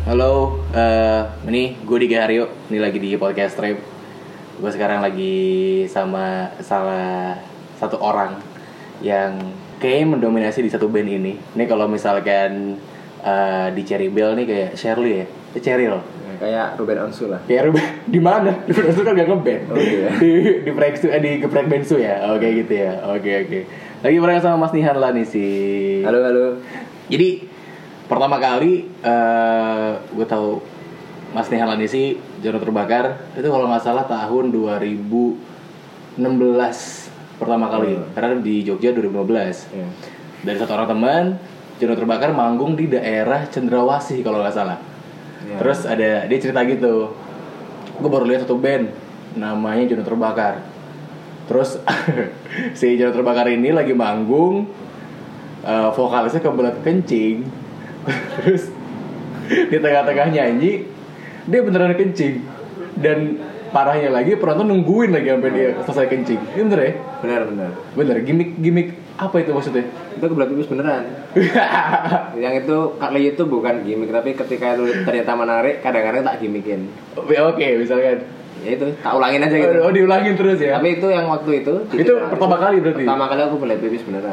Halo, ini gue Diga Haryo. Ini lagi di podcast Trip. Gue sekarang lagi sama salah satu orang yang kayaknya mendominasi di satu band ini. Ini kalau misalkan di Cherry Bell nih kayak Shirley ya, Cheryl. Kayak Ruben Onsu lah. Kayak Ruben di mana? Ruben Onsu kan gak ngeband. Oh iya. di Geprek Bensu ya. Oke gitu ya. Oke. Lagi bareng sama Mas Nihan lah nih sih. Halo. Jadi pertama kali gue tahu Mas Nihan Lanisi Jono Terbakar itu kalau nggak salah tahun 2016 pertama kali karena di Jogja 2015 dari satu orang teman Jono Terbakar manggung di daerah Cendrawasih kalau nggak salah. Terus ada dia cerita gitu, gue baru lihat satu band namanya Jono Terbakar. Terus si Jono Terbakar ini lagi manggung, vokalisnya kebelet kencing. Terus di tengah-tengah nyanyi dia beneran kencing. Dan parahnya lagi penonton nungguin lagi sampai dia selesai kencing. Ini bener ya? Bener. Gimmick apa itu maksudnya? Itu kebelet pipis beneran. Yang itu kali itu bukan gimmick, tapi ketika lu ternyata menarik, kadang-kadang tak gimmickin. Oke, misalkan ya itu, tak ulangin aja gitu. Oh, diulangin terus ya? Tapi itu yang waktu itu pertama kali berarti? Pertama kali aku belet pipis beneran.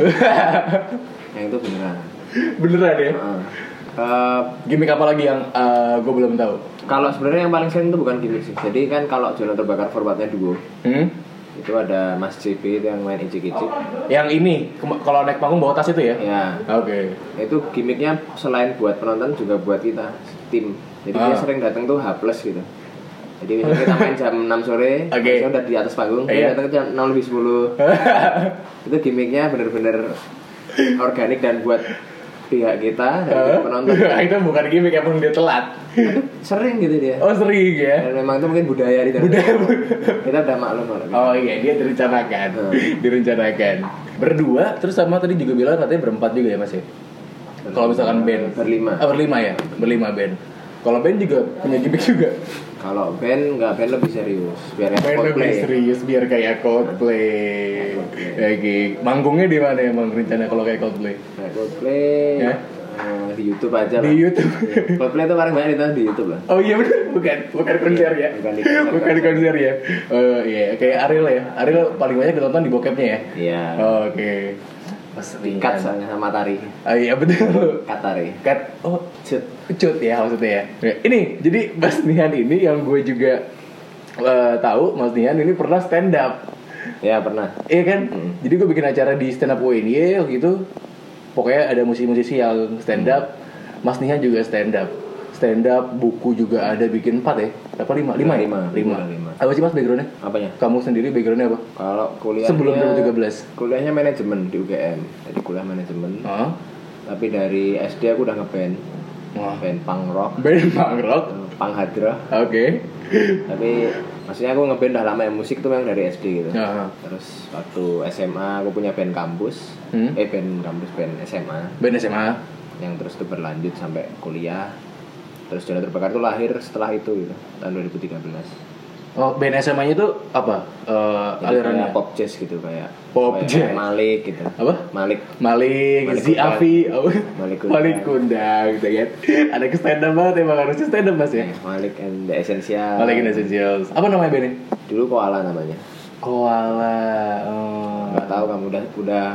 Yang itu beneran. Beneran ya? Gimmick apa lagi yang gue belum tahu? Kalau sebenarnya yang paling sering itu bukan gimmick sih. Jadi kan kalau Jono Terbakar formatnya duo, itu ada Mas JP itu yang main icik-icik. Yang ini kalau naik panggung bawa tas itu ya? Ya. Oke. Itu gimmicknya selain buat penonton juga buat kita tim. Jadi dia sering datang tuh H+ gitu. Jadi misalnya kita main jam 6 sore, kita udah di atas panggung, dia datang jam 6:10. Itu gimmicknya bener-bener organik dan buat pihak kita dan penonton. Itu bukan gimmick, emang dia telat. Sering gitu dia. Oh sering ya. Dan memang itu mungkin budaya di dalam. Kita udah maklum kalau gitu. Oh iya, dia direncanakan. Direncanakan. Berdua, terus sama tadi juga bilang katanya berempat juga ya Mas ya. Kalau misalkan band berlima. Berlima ya, berlima band. Kalau band juga punya gimmick juga. Kalau band lebih serius, biar kayak Coldplay. Lebih serius biar kayak Coldplay. Oke, manggungnya di mana emang rencana kalau kayak Coldplay? Kayak Coldplay. Ya? Di YouTube aja lah. Di YouTube. Coldplay itu paling banyak ditonton di YouTube lah. Oh iya benar, bukan konser ya. Bukan konser ya. Oh iya, kayak Ariel ya. Ariel paling banyak ditonton di bokepnya ya. Iya. Oke. Cut soalnya sama Tari. Oh iya betul. Katari. Cut ya maksudnya ya. Ini jadi Mas Nihan ini yang gue juga tahu Mas Nihan ini pernah stand up. Ya pernah. Iya kan? Jadi gue bikin acara di stand up UNY gitu. Pokoknya ada musisi-musisi yang stand up. Mas Nihan juga stand up. Stand up, buku juga ada bikin 4 ya? Apa 5? 5 ya? 5. Apa sih Mas backgroundnya? Apanya? Kamu sendiri backgroundnya apa? Kalau kuliahnya sebelum 2013. Kuliahnya manajemen di UGM. Jadi kuliah manajemen. Tapi dari SD aku udah ngeband. Band punk rock. Punk hard rock. Oke. Tapi maksudnya aku ngeband udah lama ya, musik tuh memang dari SD gitu. Terus waktu SMA aku punya band kampus. Band SMA. Band SMA. Yang terus tuh berlanjut sampai kuliah. Terus Jono Terbakar tuh lahir setelah itu gitu, tahun 2013. Oh, band SMA-nya itu apa? Alirannya pop jazz gitu kayak jazz. Malik gitu. Apa? Malik Ziafi. Malik Kundang gitu kan. Ada ke stand up banget emang, harusnya stand up Mas ya. Malik and the Essentials. Apa namanya bandnya? Dulu Koala namanya. Koala. Nggak tahu kamu udah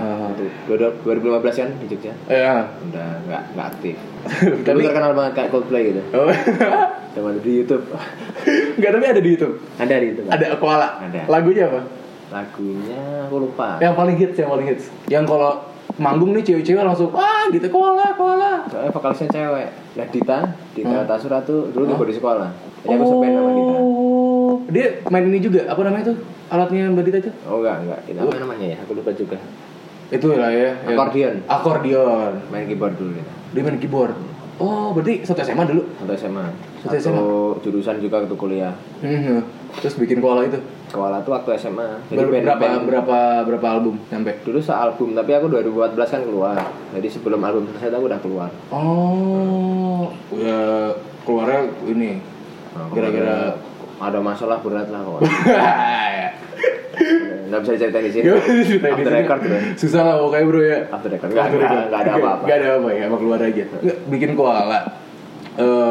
2015 kan di Jogja? Iya. Udah nggak aktif. Dulu terkenal banget kayak Coldplay gitu. Cuma di YouTube. Nggak, tapi ada di YouTube. Ada di YouTube. Ada Koala. Ada. Lagunya apa? Lagunya aku lupa. Yang paling hits. Yang kalau manggung nih cewek-cewek langsung gitu Koala. Soalnya vokalisnya cewek. Nah Dita Tasura tuh dulu tuh di sekolah. Jadi aku sepen sama Dita. Dia main ini juga, apa namanya tuh? Alatnya Mbak Dita itu? Oh enggak. Itu apa namanya ya? Aku lupa juga. Itu lah ya. Akordion. Main keyboard dulu gitu. Dia main keyboard. Oh, berarti satu SMA dulu? Satu jurusan juga waktu kuliah. Terus bikin Koala itu? Koala tuh waktu SMA. Jadi berapa album sampai? Dulu sealbum, tapi aku 2014 kan keluar. Jadi sebelum album selesai aku udah keluar. Oh, ya keluarnya ini. Kira-kira ada masalah berat lah kok. Nggak bisa diceritain di sini. Off the record bro. Susah lah pokoknya bro ya. Off the record. Nggak ada apa-apa. Nggak ada apa ya, emang keluar aja. Bikin Koala.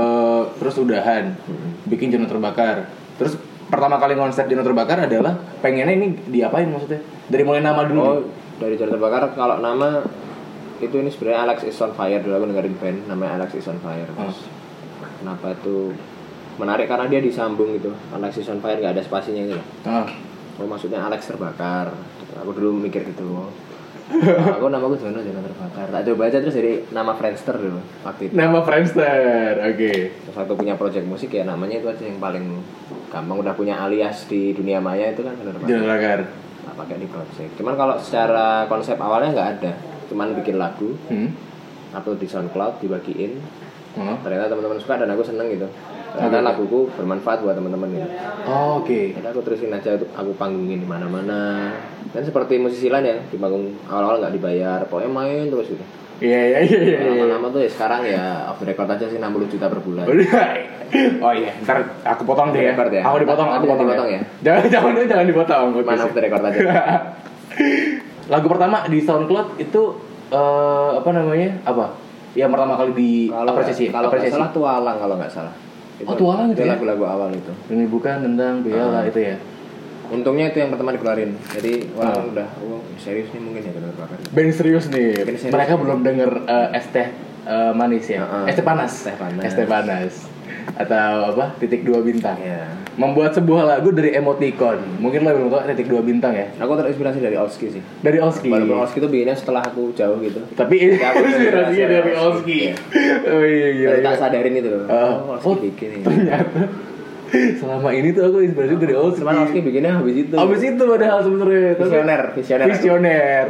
SoundCloud, terus udahan bikin Jono Terbakar. Terus pertama kali konsep Jono Terbakar adalah pengennya ini diapain maksudnya? Dari mulai nama dulu. Oh, dari Jono Terbakar kalau nama itu ini sebenarnya Alex is on Fire, dulu aku dengerin band namanya Alex is on Fire. Terus kenapa itu menarik karena dia disambung gitu. Alex is on Fire enggak ada spasinya gitu. Oh, maksudnya Alex terbakar. Aku dulu mikir gitu. Aku namaku Jono Terbakar. Tak coba aja terus jadi nama Friendster dulu waktu itu. Nama Friendster, oke. Terus waktu punya project musik ya namanya itu aja yang paling gampang. Udah punya alias di dunia maya itu kan Jono Terbakar. Nah, pakai di project. Cuman kalau secara konsep awalnya nggak ada. Cuman bikin lagu, upload di SoundCloud, dibagiin. Ternyata teman-teman suka dan aku seneng gitu. Ternyata laguku bermanfaat buat teman-teman gitu. Oh, oke. Jadi aku terusin aja, aku panggungin di mana-mana. Dan seperti musisi lain ya, di panggung awal-awal nggak dibayar, pokoknya main terus gitu. Iya. Lama-lama tuh ya sekarang ya off the record aja sih 60 juta per bulan. Oh iya, ntar aku potong deh ya. Aku dipotong, aku potong ya. Jangan dipotong. Mana off the record aja. Lagu pertama di SoundCloud itu apa namanya? Apa? Yang pertama kali di apresiasi. Kalau nggak salah Tualang kalau nggak salah. Itu, Tualang itu ya? Lagu-lagu awal itu. Ini bukan tentang Bella itu ya. Untungnya itu yang pertama dikeluarin. Jadi orang udah serius nih mungkin ya benar bakar. Band serius nih. Mereka belum denger es teh manis ya. Es teh panas. Es teh panas. Atau apa? Titik 2 bintang. Yeah. Membuat sebuah lagu dari emoticon. Mungkin lo belum tahu titik 2 bintang ya. Aku terinspirasi dari Olski sih. Dari Olski. Walaupun Olski itu bikinnya setelah aku jauh gitu. Tapi inspirasinya dari Olski. Oh iya. Tak sadarin itu loh. Olski bikin ini. Ternyata selama ini tuh aku inspirasi dari Olski. Cuman Olski bikinnya habis itu padahal sebenarnya. Visioner.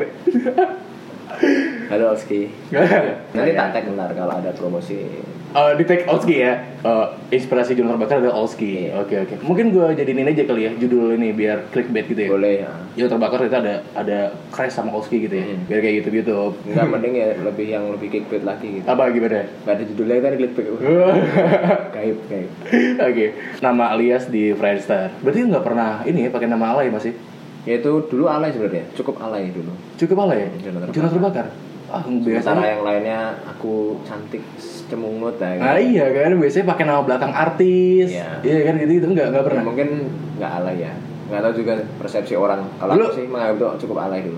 Halo Olski. Nanti tak tag bentar kalau ada promosi. Di tag Olski ya. Inspirasi Jono Terbakar adalah Olski. Oke. Mungkin gue jadiin ini aja kali ya judul ini biar clickbait gitu ya. Boleh ya. Jono Terbakar itu ada crash sama Olski gitu ya. Biar kayak gitu. Enggak mending ya lebih clickbait lagi gitu. Apa gimana? Enggak ada judulnya kan clickbait. Gaib. Oke. Nama alias di Friendster. Berarti nggak pernah ini ya pakai nama alay masih? Ya itu dulu alay sebenarnya. Cukup alay dulu. Cukup alay. Jono Terbakar. Biasanya yang lainnya aku cantik cemungut ya. Nah iya kan biasanya pakai nama belakang artis. Iya kan gitu enggak pernah. Ya, mungkin enggak alay ya. Enggak tahu juga persepsi orang. Kalau aku sih menganggap itu cukup alay dulu.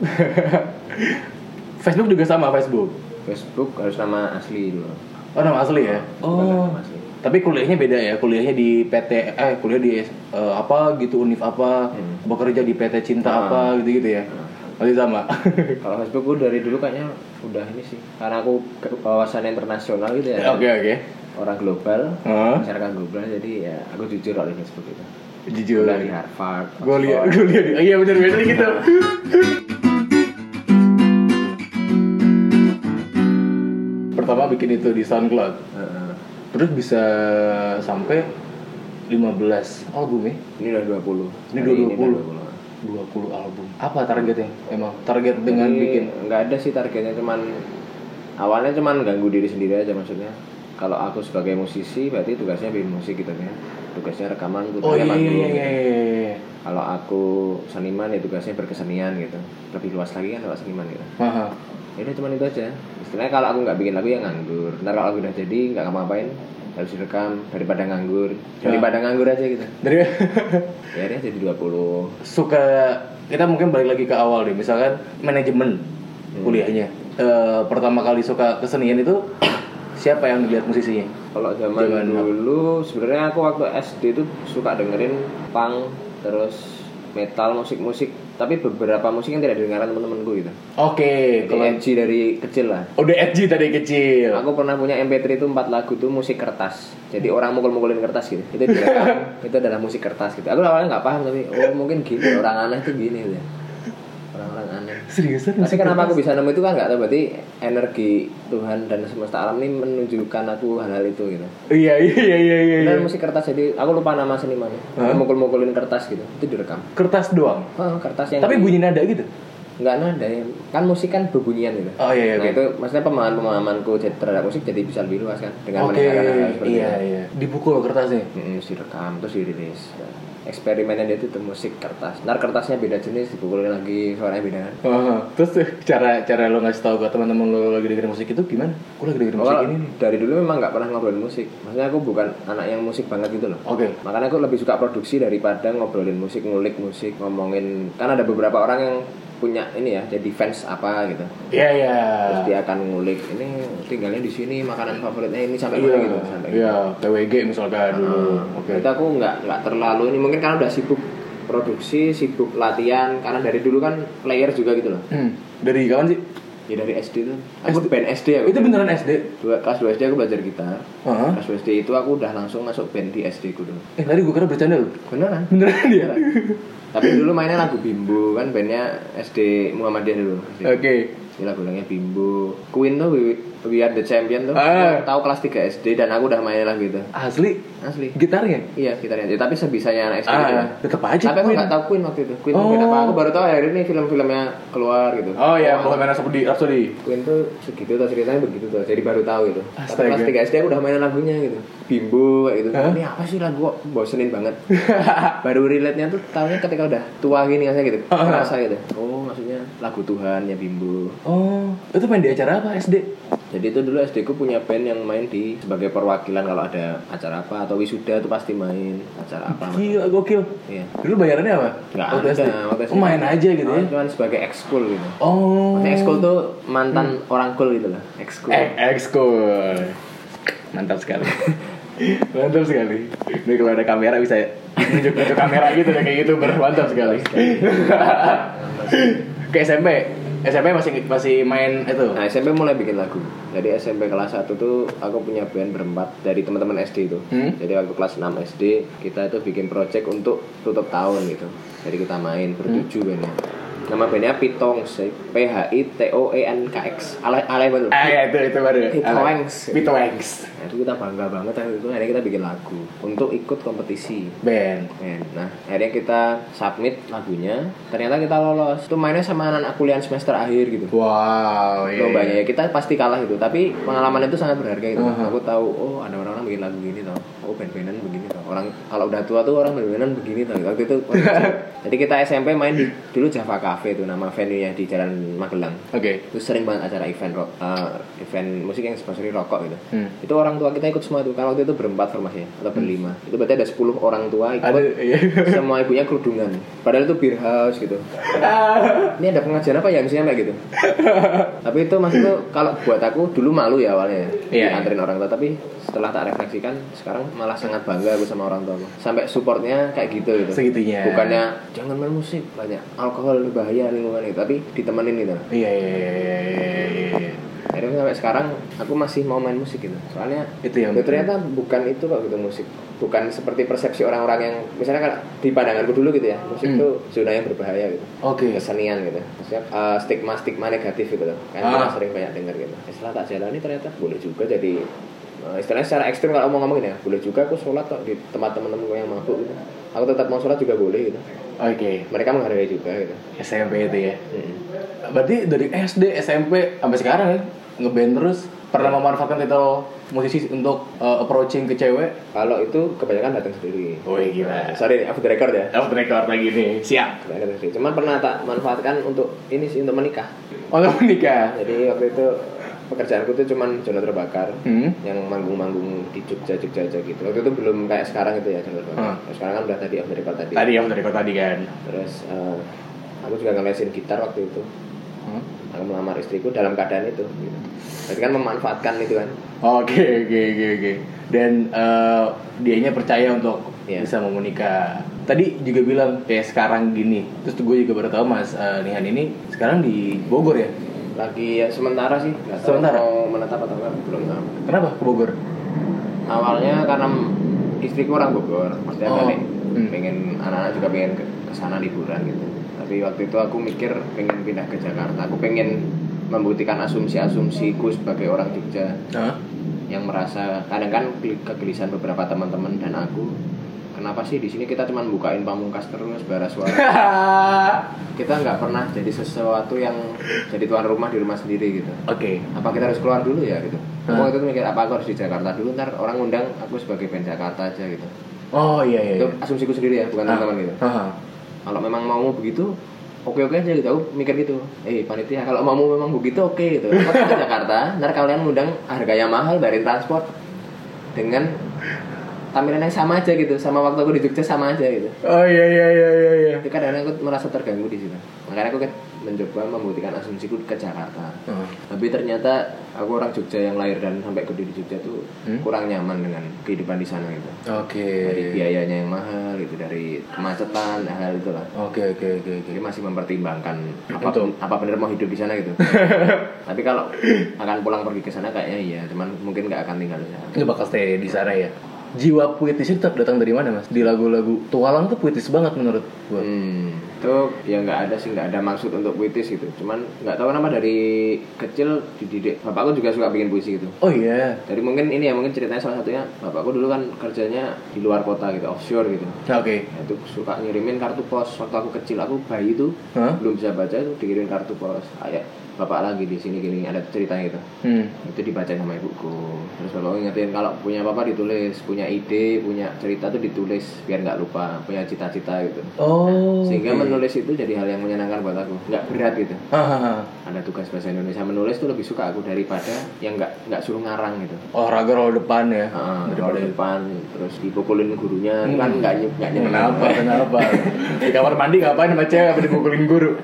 Facebook juga sama Facebook harus nama asli dulu. Oh nama asli ya. Nama asli. Tapi kuliahnya beda ya. Kuliahnya di PT kuliah di apa gitu univ apa. Bekerja di PT Cinta apa gitu ya. Masih sama. Kalau Facebook gue dari dulu kayaknya udah ini sih. Karena aku wawasan internasional gitu ya. Oke. Orang global, masyarakat global. Jadi ya aku jujur oleh Facebook itu. Jujur. Dari Harvard. Gue lihat. Iya benar biasanya gitu. Pertama bikin itu di SoundCloud. Terus bisa sampai 15 album ya? Ini udah 20. Ini 20 album. Apa targetnya? Emang target dengan bikin? Nggak ada sih targetnya, awalnya ganggu diri sendiri aja maksudnya. Kalau aku sebagai musisi berarti tugasnya bikin musik gitu kan. Tugasnya rekaman, tugasnya manggung. Iya. Kalau aku seniman ya tugasnya berkesenian gitu. Lebih luas lagi kan kalau seniman gitu. Ya udah cuman itu aja. Istilahnya kalau aku nggak bikin lagu ya nganggur. Ntar kalau aku udah jadi nggak ngapa-ngapain harus direkam daripada nganggur aja gitu. Ya dia jadi 20. Suka kita mungkin balik lagi ke awal deh, misalkan manajemen kuliahnya. Pertama kali suka kesenian itu siapa yang dilihat musisinya? Kalau zaman dulu sebenarnya aku waktu SD itu suka dengerin punk terus metal, musik tapi beberapa musik yang tidak didengarkan teman-temanku gitu. Oke, kalau edgy dari kecil lah. Udah edgy dari kecil. Aku pernah punya MP3 itu 4 lagu tuh musik kertas. Jadi orang mukul-mukulin kertas gitu. Itu direkam, itu adalah musik kertas gitu. Aku awalnya enggak paham tapi mungkin gini orang aneh tuh gini gitu. Orang-orang aneh. Seriusan? Tapi kenapa aku bisa nemu itu kan enggak tahu, berarti energi Tuhan dan semesta alam ini menunjukkan aku hal-hal itu gitu. Iya. Dan musik kertas, jadi aku lupa nama senimannya. Mukul-mukulin kertas gitu. Itu direkam. Kertas doang. Kertas yang tapi bunyi nada gitu. Enggak nada ya. Kan musik kan berbunyian gitu. Oh iya. Nah, itu maksudnya pemahamanku terhadap musik jadi bisa lebih luas kan dengan mendengarkan hal seperti itu. Iya. Dipukul kertasnya. Direkam terus dirilis. eksperimennya dia itu musik kertas. Ntar kertasnya beda jenis, dipukulin lagi, suaranya beda. Terus tuh cara lo ngasih tahu ke teman-teman lo lagi dengerin musik itu gimana? Gue lagi dengerin musik ini nih. Dari dulu memang nggak pernah ngobrolin musik. Maksudnya aku bukan anak yang musik banget gitu loh. Oke. Makanya aku lebih suka produksi daripada ngobrolin musik, ngulik musik, ngomongin. Kan ada beberapa orang yang punya ini ya, jadi fans apa gitu. Iya. Terus dia akan ngulik, ini tinggalnya di sini, makanan favoritnya ini sampai mana gitu. Iya, PWG misalkan dulu. Oke. Itu aku nggak terlalu ini, mungkin karena udah sibuk produksi, sibuk latihan, karena dari dulu kan player juga gitu loh. Dari kapan sih? Ya dari SD tuh. Aku band SD ya. Itu beneran SD? Kelas 2 SD aku belajar gitar. Kelas 2 SD itu aku udah langsung masuk band di SD ku dulu. Tadi gue kira bercanda lu. Beneran ya. Tapi dulu mainnya lagu Bimbo, kan bandnya SD Muhammadiyah dulu. Oke. Lagu-lagunya Bimbo. Queen tuh We Are The Champion tuh. Tahu kelas 3 SD dan aku udah main lagu itu. Asli? Gitarnya? Iya, gitarnya. Ya, tapi sebisanya anak SD gitu. Tetep aja. Tapi aku nggak tahu Queen waktu itu. Queen apa? Aku baru tahu akhirnya ini film-filmnya keluar gitu. Oh iya, Bohemian Rhapsody. Queen tuh segitu tuh ceritanya begitu tuh. Jadi baru tahu gitu. Tapi kelas 3 SD aku udah main lagunya gitu. Bimbo kayak gitu. Ini apa sih lagu kok bosenin banget. Baru relate-nya tuh tahunya ketika udah tua gini rasanya gitu. Ngerasa gitu. Oh, maksudnya lagu Tuhan ya Bimbo. Oh, itu main di acara apa SD? Jadi itu dulu SD ku punya band yang main di sebagai perwakilan kalau ada acara apa atau wisuda tuh pasti main acara apa. Gila, gokil. Iya. Dulu bayarannya apa? Nggak ada. Oh, main aja gitu ya? Cuman sebagai ekskul gitu. Oh. Maksudnya ekskul tuh mantan orang cool gitu lah. Ekskul. Ekskul. Mantap sekali. Mantap sekali. Ini kalau ada kamera bisa nunjuk kamera gitu kayak gitu mantap sekali. Ke SMP masih main itu. Nah, SMP mulai bikin lagu. Jadi SMP kelas 1 tuh aku punya band berempat dari teman-teman SD itu. Jadi waktu kelas 6 SD kita itu bikin project untuk tutup tahun gitu. Jadi kita main bertujuh bandnya. Nama bandnya Pitongs, PHITOENKX. Alay banget. Ya itu baru. Pitongs. Nah, itu kita bangga banget itu. Akhirnya kita bikin lagu untuk ikut kompetisi band. Nah, akhirnya kita submit lagunya. Ternyata kita lolos. Itu mainnya sama anak kuliah semester akhir gitu. Wow. Lombanya ya kita pasti kalah gitu. Tapi pengalaman itu sangat berharga gitu. Aku tahu, oh ada orang-orang bikin lagu gini tau. Oh band-bandan begini tau. Orang kalau udah tua tuh orang band-bandan begini tau. Waktu itu. Jadi kita SMP main di dulu Java Cafe itu nama venue-nya di Jalan Magelang. Oke. Itu sering banget acara event event musik yang sponsori rokok gitu. Itu orang tua kita ikut semua tuh. Kalau waktu itu berempat formasinya atau berlima. Itu berarti ada 10 orang tua ikut. Semua ibunya kerudungan. Padahal itu beer house gitu. Ini ada pengajian apa ya misalnya kayak gitu. Tapi itu maksudnya kalau buat aku dulu malu ya awalnya. Dianterin orang tua, tapi setelah tak refleksikan sekarang malah sangat bangga aku sama orang tua. Sampai supportnya kayak gitu. Segitunya. Bukannya jangan main musik, banyak alkohol bahaya lingkungan itu, tapi ditemenin gitu. Iya. Akhirnya sampai sekarang aku masih mau main musik gitu. Soalnya itu yang ternyata bukan itu kok gitu musik. Bukan seperti persepsi orang-orang yang misalnya kan di pandanganku dulu gitu ya. Musik itu zona yang berbahaya gitu. Kesenian gitu. Maksudnya stigma negatif gitu loh. Kan kita sering banyak dengar gitu. Setelah tak jalani ternyata boleh juga jadi istilahnya secara ekstrim kalau ngomongin ya, boleh juga aku sholat kok di tempat teman-temanku yang mabuk gitu. Aku tetap mau sholat juga boleh gitu. Mereka menghargai juga gitu. SMP itu ya. Berarti dari SD, SMP sampai sekarang ya ngeband terus. Pernah memanfaatkan titel musisi untuk approaching ke cewek? Kalau itu kebanyakan datang sendiri. Oh gila. Sorry, off the record ya. Off the record lagi nih. Siap. Cuman pernah tak manfaatkan untuk ini sih, untuk menikah. Untuk menikah. Jadi waktu itu pekerjaanku tuh cuman zona terbakar yang manggung-manggung di Jogja aja gitu. Waktu itu belum kayak sekarang itu ya zona terbakar. Sekarang kan udah tadi off the record tadi. Off the record tadi kan. Terus aku juga ngelesin gitar waktu itu. Aku melamar istriku dalam keadaan itu gitu. Jadi kan memanfaatkan itu kan. Oke. Dan dianya percaya untuk bisa mau menikah. Tadi juga bilang kayak sekarang gini. Terus gue juga baru tahu Mas Nihan ini sekarang di Bogor ya. Lagi ya sementara sih. Sementara mau menetap atau enggak belum tahu. Kenapa ke Bogor? Awalnya karena istriku orang Bogor. Maksudnya balik. Pengen anak-anak juga pengen ke sana liburan gitu. Tapi waktu itu aku mikir pengen pindah ke Jakarta. Aku pengen membuktikan asumsi-asumsiku sebagai orang Jogja yang merasa kadang kan kegelisahan beberapa teman-teman dan aku, kenapa sih di sini kita cuma bukain Pamungkas terus bara suara. Kita nggak pernah jadi sesuatu yang jadi tuan rumah di rumah sendiri gitu. Apa kita harus keluar dulu ya gitu. Aku waktu itu mikir apa aku harus di Jakarta dulu, ntar orang undang aku sebagai band Jakarta aja gitu. Oh iya. Itu asumsiku sendiri ya, bukan teman-teman gitu. Kalau memang mau begitu, oke aja gitu. Aku mikir gitu. Panitia kalau mau memang begitu oke gitu. Aku ke Jakarta, ntar kalian ngundang harganya mahal dari transport dengan tampilan yang sama aja gitu, sama waktu aku di Jogja sama aja gitu. Oh iya. Itu kadang aku merasa terganggu di situ. Makanya aku kan mencoba membuktikan asumsiku ke Jakarta. Tapi ternyata aku orang Jogja yang lahir dan sampai gede di Jogja tuh kurang nyaman dengan kehidupan di sana gitu. Dari biayanya yang mahal gitu, dari kemacetan, hal itulah. Oke. Jadi masih mempertimbangkan apa benar mau hidup di sana gitu. Tapi kalau akan pulang pergi ke sana kayaknya iya, cuman mungkin nggak akan tinggal di sana. Itu bakal stay di sana ya. Jiwa puitis itu datang dari mana mas? Di lagu-lagu Tualang tuh puitis banget menurut gue. Itu ya nggak ada maksud untuk puitis gitu. Cuman nggak tahu kenapa dari kecil dididik. Bapakku juga suka bikin puisi gitu. Oh iya. Jadi mungkin ceritanya salah satunya bapakku dulu kan kerjanya di luar kota gitu, offshore gitu. Oke. Itu suka ngirimin kartu pos. Waktu aku kecil, aku bayi itu belum bisa baca itu dikirimin kartu pos. Kayak bapak lagi di sini gini ada ceritanya gitu. Itu dibacain sama ibuku. Terus bapakku ngingetin kalau punya apa ditulis, punya ide, punya cerita tuh ditulis biar nggak lupa, punya cita-cita gitu. Sehingga menulis itu jadi hal yang menyenangkan buat aku, nggak berat gitu. Ada tugas bahasa Indonesia menulis tuh lebih suka aku daripada yang nggak suruh ngarang gitu. Olahraga roll depan ya. Roll depan terus dipukulin gurunya kan nggak nyenengin. Kenapa? Di kamar mandi ngapain sama cewek apa dipukulin guru?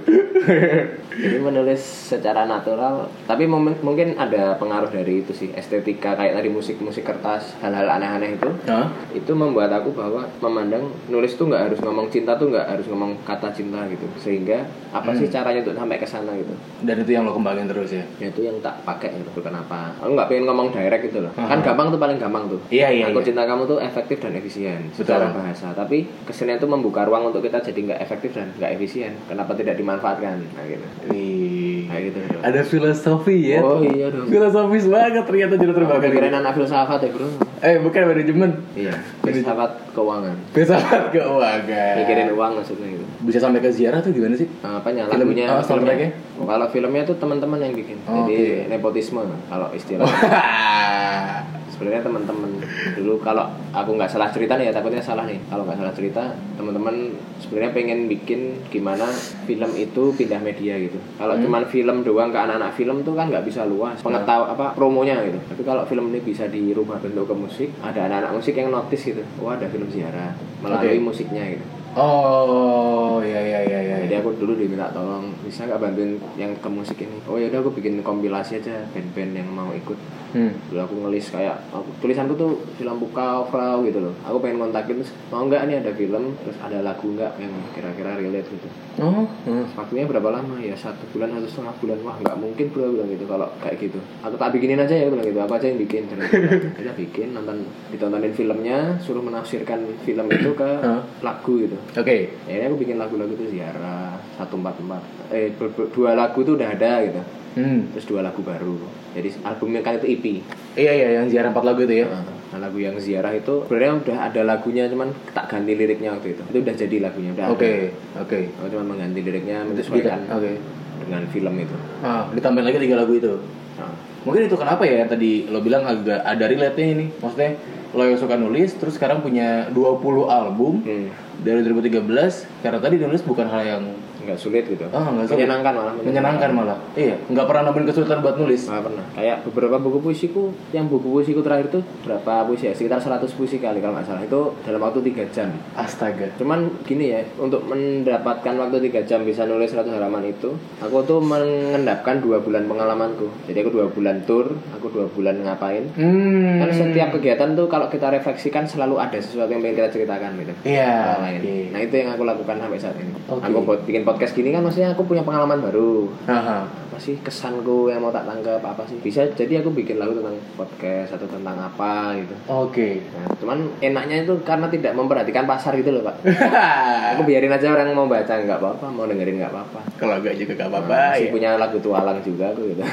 Jadi menulis secara natural, tapi mungkin ada pengaruh dari itu sih, estetika kayak tadi musik kertas, hal-hal aneh-aneh itu membuat aku bahwa memandang nulis tuh nggak harus ngomong cinta tuh nggak harus ngomong kata cinta gitu, sehingga apa sih caranya untuk sampai ke sana gitu. Dan itu yang lo kembangin terus ya? Itu yang tak pakai gitu. Kenapa? Aku nggak pengen ngomong direct gitu loh. Kan gampang tuh, paling gampang tuh. Iya. Aku cinta kamu tuh efektif dan efisien secara bahasa, tapi kesenian itu membuka ruang untuk kita jadi nggak efektif dan nggak efisien. Kenapa tidak dimanfaatkan? Nah gitu. Kayak gitu. Ada filosofi ya? Oh iya dong. Filosofis banget ternyata Jono Terbakar. Pikiran anak filsafat ya bro. Bukan manajemen. Iya. Filsafat keuangan. Pikirin uang maksudnya gitu. Bisa sampai ke ziarah tuh gimana sih? Apanya? Lagunya. Soundtracknya? Kalau filmnya tuh teman-teman yang bikin. Jadi nepotisme kalau istilah. Sebenarnya teman-teman dulu, kalau aku nggak salah cerita nih ya, takutnya salah nih. Kalau nggak salah cerita, teman-teman sebenarnya pengen bikin gimana film itu pindah media gitu. Kalau cuman film doang ke anak-anak film tuh kan nggak bisa luas promonya gitu. Tapi kalau film ini bisa dirubah bentuk ke musik, ada anak-anak musik yang notice gitu. Wah, ada film ziarah melalui musiknya gitu. Iya. Jadi aku dulu diminta tolong, bisa nggak bantuin yang ke musik ini? Oh ya udah, aku bikin kompilasi aja band-band yang mau ikut. Dulu aku ngelis kayak tulisanku tuh film buka frau gitu loh. Aku pengen kontakin terus, mau nggak nih ada film, terus ada lagu nggak yang kira-kira relate gitu. Waktunya berapa lama ya? 1 bulan, 1,5 bulan. Wah nggak mungkin bro, bilang gitu kalau kayak gitu. Aku tak bikinin aja ya, bilang gitu. Apa aja yang bikin? Kita bikin, ditontonin filmnya, suruh menafsirkan film itu ke lagu gitu. Oke. Akhirnya aku bikin lagu-lagu itu ziarah 144. 2 lagu tuh udah ada gitu. Terus 2 lagu baru. Jadi albumnya kan itu EP. Iya, yang ziarah 4 lagu itu ya. Nah, lagu yang ziarah itu sebenarnya udah ada lagunya, cuman tak ganti liriknya waktu itu. Itu udah jadi lagunya, udah Oke. Aku cuma mengganti liriknya menyesuaikan dengan film itu. Ditambahin lagi 3 lagu itu. Mungkin itu kenapa ya tadi lo bilang agak ada relate-nya ini. Maksudnya lo yang suka nulis terus sekarang punya 20 album dari 2013, karena tadi nulis bukan hal yang nggak sulit gitu. Menyenangkan malah. Iya, nggak pernah nemuin kesulitan buat nulis. Nggak pernah. Kayak beberapa buku puisiku terakhir tuh berapa puisi ya? Sekitar 100 puisi kali kalau nggak salah. Itu dalam waktu 3 jam. Astaga. Cuman gini ya, untuk mendapatkan waktu 3 jam bisa nulis 100 halaman itu, aku tuh mengendapkan 2 bulan pengalamanku. Jadi aku 2 bulan tour, aku 2 bulan ngapain. Kan setiap kegiatan tuh kalau kita refleksikan selalu ada sesuatu yang pengen kita ceritakan gitu. Iya. Nah itu yang aku lakukan sampai saat ini. Aku bikin podcast gini kan maksudnya aku punya pengalaman baru. Apa sih kesanku yang mau tak tangkap, apa sih? Bisa jadi aku bikin lagu tentang podcast atau tentang apa gitu. Nah, cuman enaknya itu karena tidak memperhatikan pasar gitu loh, Pak. Aku biarin aja orang mau baca nggak apa-apa, mau dengerin nggak apa-apa. Kalau enggak juga nggak apa-apa. Masih punya lagu Tualang juga aku gitu.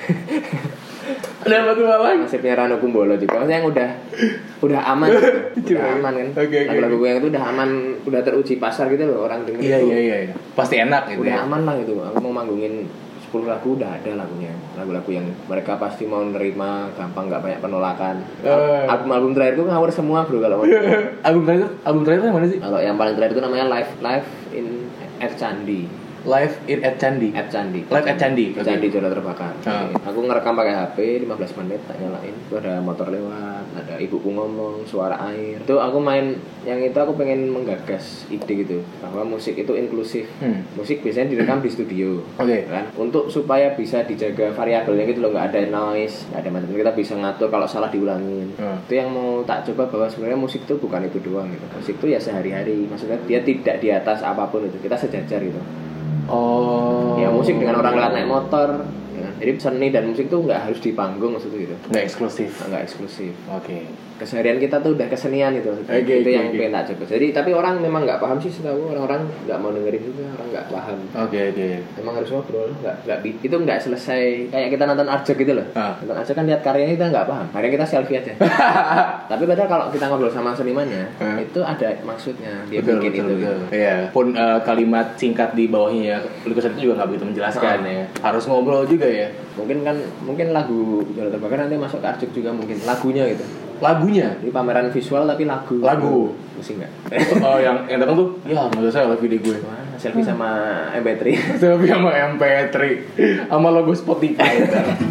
Ada apa Tualang? Masih punya Rano Kumbolo juga. Maksudnya yang udah aman gitu. Udah aman kan. Lagu-lagu yang itu udah aman, udah teruji pasar gitu loh, orang dengerin. Iya. Pasti enak gitu. Udah aman lah gitu. Aku mau manggungin 10 lagu udah ada lagunya, lagu-lagu yang mereka pasti mau nerima, gampang, nggak banyak penolakan. Album terakhir itu ngawur semua bro kalau mau. album terakhir yang mana sih? Kalau yang paling terakhir itu namanya Live in at Candi. Live at Candi. Live at Candi. Candi Jolo Terbakar. Aku ngerekam pakai HP 15 menit, tak nyalain. Itu ada motor lewat, ada ibuku ngomong, suara air. Itu aku main yang itu aku pengen menggagas ide gitu bahwa musik itu inklusif. Musik biasanya direkam di studio. Kan? Untuk supaya bisa dijaga variabelnya gitu loh, nggak ada noise, nggak ada macam. Kita bisa ngatur kalau salah diulangin. Itu yang mau tak coba bahwa sebenarnya musik itu bukan itu doang gitu. Musik itu ya sehari-hari. Maksudnya dia tidak di atas apapun itu. Kita sejajar gitu. Ya musik dengan orang lain naik motor ya. Jadi seni dan musik tuh nggak harus di panggung maksudnya gitu. Nggak eksklusif. Oke. Keseharian kita tuh udah kesenian itu. Itu yang pengen tak coba. Jadi tapi orang memang nggak paham sih, setahu orang-orang nggak mau dengerin juga, orang nggak paham. Oke. Memang harus ngobrol, nggak itu nggak selesai kayak kita nonton Arjok gitu loh. Nonton Arjok kan lihat karyanya kita nggak paham, akhirnya kita selfie aja. Tapi padahal kalau kita ngobrol sama senimannya itu ada maksudnya dia bikin itu. Iya. Pun kalimat singkat di bawahnya ya, lukisan itu juga nggak begitu menjelaskan ya. Harus ngobrol juga ya. Mungkin lagu Jolo Terbakar nanti masuk ke Arjok juga mungkin lagunya gitu. Lagunya di pameran visual tapi lagu musik nggak? Oh yang datang tuh ya maksud saya live video gue selfie sama MP3 selfie sama MP3 sama logo Spotify.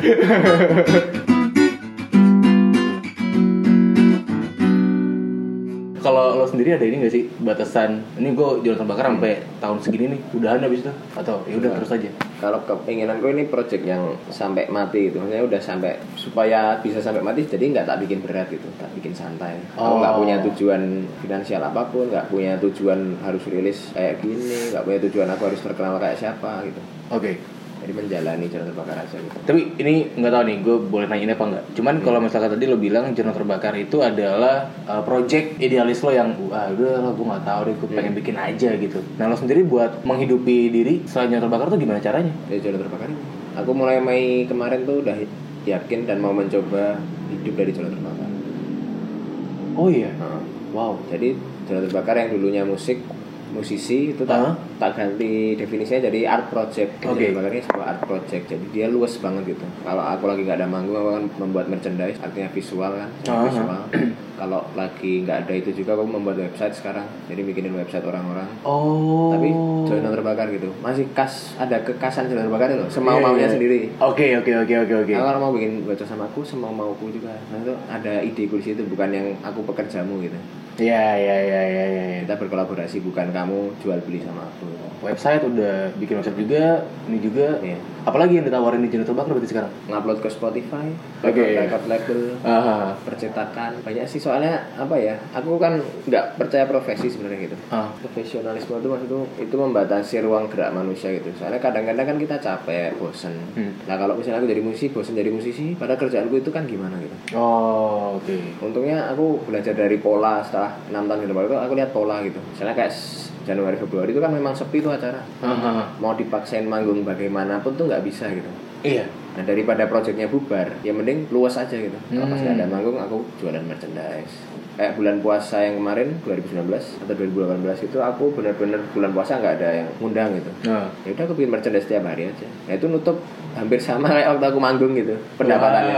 Kalau lo sendiri ada ini nggak sih batasan ini gue Jolo Terbakar sampai tahun segini nih udahan habis itu atau ya udah terus aja? Kalau keinginanku ini project yang sampai mati gitu, maksudnya udah sampai supaya bisa sampai mati, jadi nggak tak bikin berat gitu, tak bikin santai. Aku nggak punya tujuan finansial apapun, nggak punya tujuan harus rilis kayak gini, nggak punya tujuan aku harus terkenal kayak siapa gitu. Oke. Jadi menjalani Jolo Terbakar aja gitu. Tapi ini nggak tahu nih, gue boleh nanya ini apa nggak? Cuman kalau misalkan tadi lo bilang Jolo Terbakar itu adalah project idealis lo yang udah gue nggak tahu deh, gue pengen bikin aja gitu. Nah lo sendiri buat menghidupi diri selain Jolo Terbakar tuh gimana caranya? Ya Jolo Terbakar ini, aku mulai Mei kemarin tuh udah yakin dan mau mencoba hidup dari Jolo Terbakar. Oh iya. Wow. Jadi Jolo Terbakar yang dulunya musisi itu tak ganti definisinya jadi art project. Jadi makanya sebuah art project. Jadi dia luas banget gitu. Kalau aku lagi nggak ada manggung, aku akan membuat merchandise, artinya visual kan. Visual. Kalau lagi nggak ada itu juga aku membuat website sekarang. Jadi bikinin website orang-orang. Tapi Jolo Terbakar gitu. Masih ada kekasan Jolo Terbakar itu. Semau-maunya sendiri. Oke. Kalau mau bikin website sama aku, semau-mauku juga. Nah itu ada ideku di situ, bukan yang aku pekerjamu gitu. Iya. Kita berkolaborasi, bukan kamu jual beli sama aku. Website udah bikin website juga, ini juga. Iya. Apalagi yang ditawarin di Jolo Terbakar berarti sekarang? Ngupload ke Spotify, record label, percetakan. Banyak sih soalnya apa ya? Aku kan nggak percaya profesi sebenarnya gitu. Profesionalisme itu maksudnya itu membatasi ruang gerak manusia gitu. Soalnya kadang-kadang kan kita capek, bosen. Nah kalau misalnya aku jadi musisi, bosen jadi musisi, pada kerjaanku itu kan gimana gitu. Untungnya aku belajar dari pola setelah 6 tahun di tempat itu, aku lihat pola gitu. Misalnya kayak Januari Februari itu kan memang sepi tuh acara. Mau dipaksain manggung bagaimanapun tuh nggak bisa gitu. Iya. Nah daripada projectnya bubar, ya mending luas aja gitu. Kalau pas nggak ada manggung, aku jualan merchandise. Kayak bulan puasa yang kemarin 2019 atau 2018 itu aku benar-benar bulan puasa nggak ada yang ngundang gitu. Ya udah aku bikin merchandise tiap hari aja. Nah itu nutup hampir sama kayak waktu aku manggung gitu pendapatannya.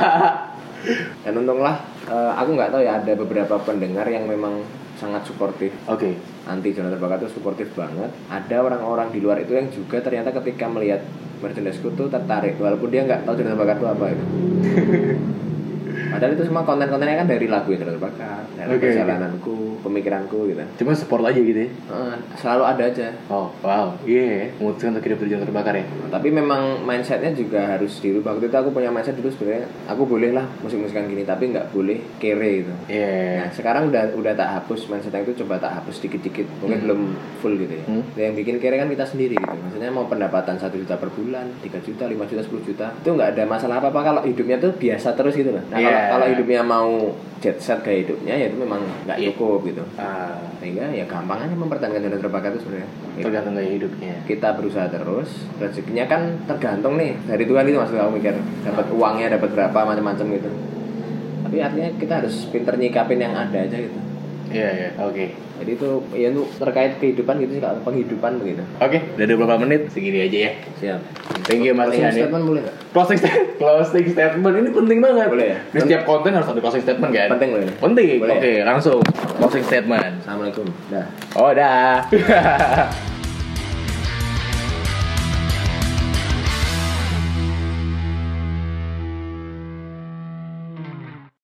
Dan untunglah aku nggak tahu ya, ada beberapa pendengar yang memang sangat suportif. Anti Jolo Terbakar itu suportif banget. Ada orang-orang di luar itu yang juga ternyata ketika melihat merchandise-ku tuh tertarik walaupun dia nggak tahu Jolo Terbakar itu apa itu. Padahal itu semua konten-kontennya kan dari lagu Jolo Terbakar, dari perjalananku, pemikiranku gitu. Cuma support aja gitu ya? Selalu ada aja. Memutuskan untuk hidup dari Jolo Terbakar ya? Tapi memang mindsetnya juga harus dirubah. Waktu itu aku punya mindset dulu sebenarnya aku boleh lah musik-musikan gini, tapi nggak boleh kere gitu. Nah sekarang udah tak hapus mindset itu, coba tak hapus dikit-dikit. Mungkin belum full gitu ya. Yang bikin kere kan kita sendiri gitu. Maksudnya mau pendapatan 1 juta per bulan, 3 juta, 5 juta, 10 juta, itu nggak ada masalah apa-apa kalau hidupnya tuh biasa terus gitu loh. Nah kalau hidupnya mau jet set kayak hidupnya, ya itu memang nggak cukup gitu. Sehingga ya gampang aja mempertahankan Jolo Terbakar itu sebenarnya. Tergantung gaya hidupnya. Kita berusaha terus, rezekinya kan tergantung nih dari Tuhan itu, maksud aku mikir dapat uangnya dapat berapa macam-macam gitu. Tapi artinya kita harus pinter nyikapin yang ada aja gitu. Iya, oke. Jadi itu ya itu terkait kehidupan gitu sih, penghidupan begitu. Oke, udah 20 menit segini aja ya. Siap. Thank you Mas Closing Ihan. statement boleh nggak? Closing statement ini penting banget. Boleh ya? Di setiap konten harus ada closing statement kan? Penting boleh. Penting. Boleh. Oke, langsung closing statement. Assalamualaikum. Dah. Oh, dah.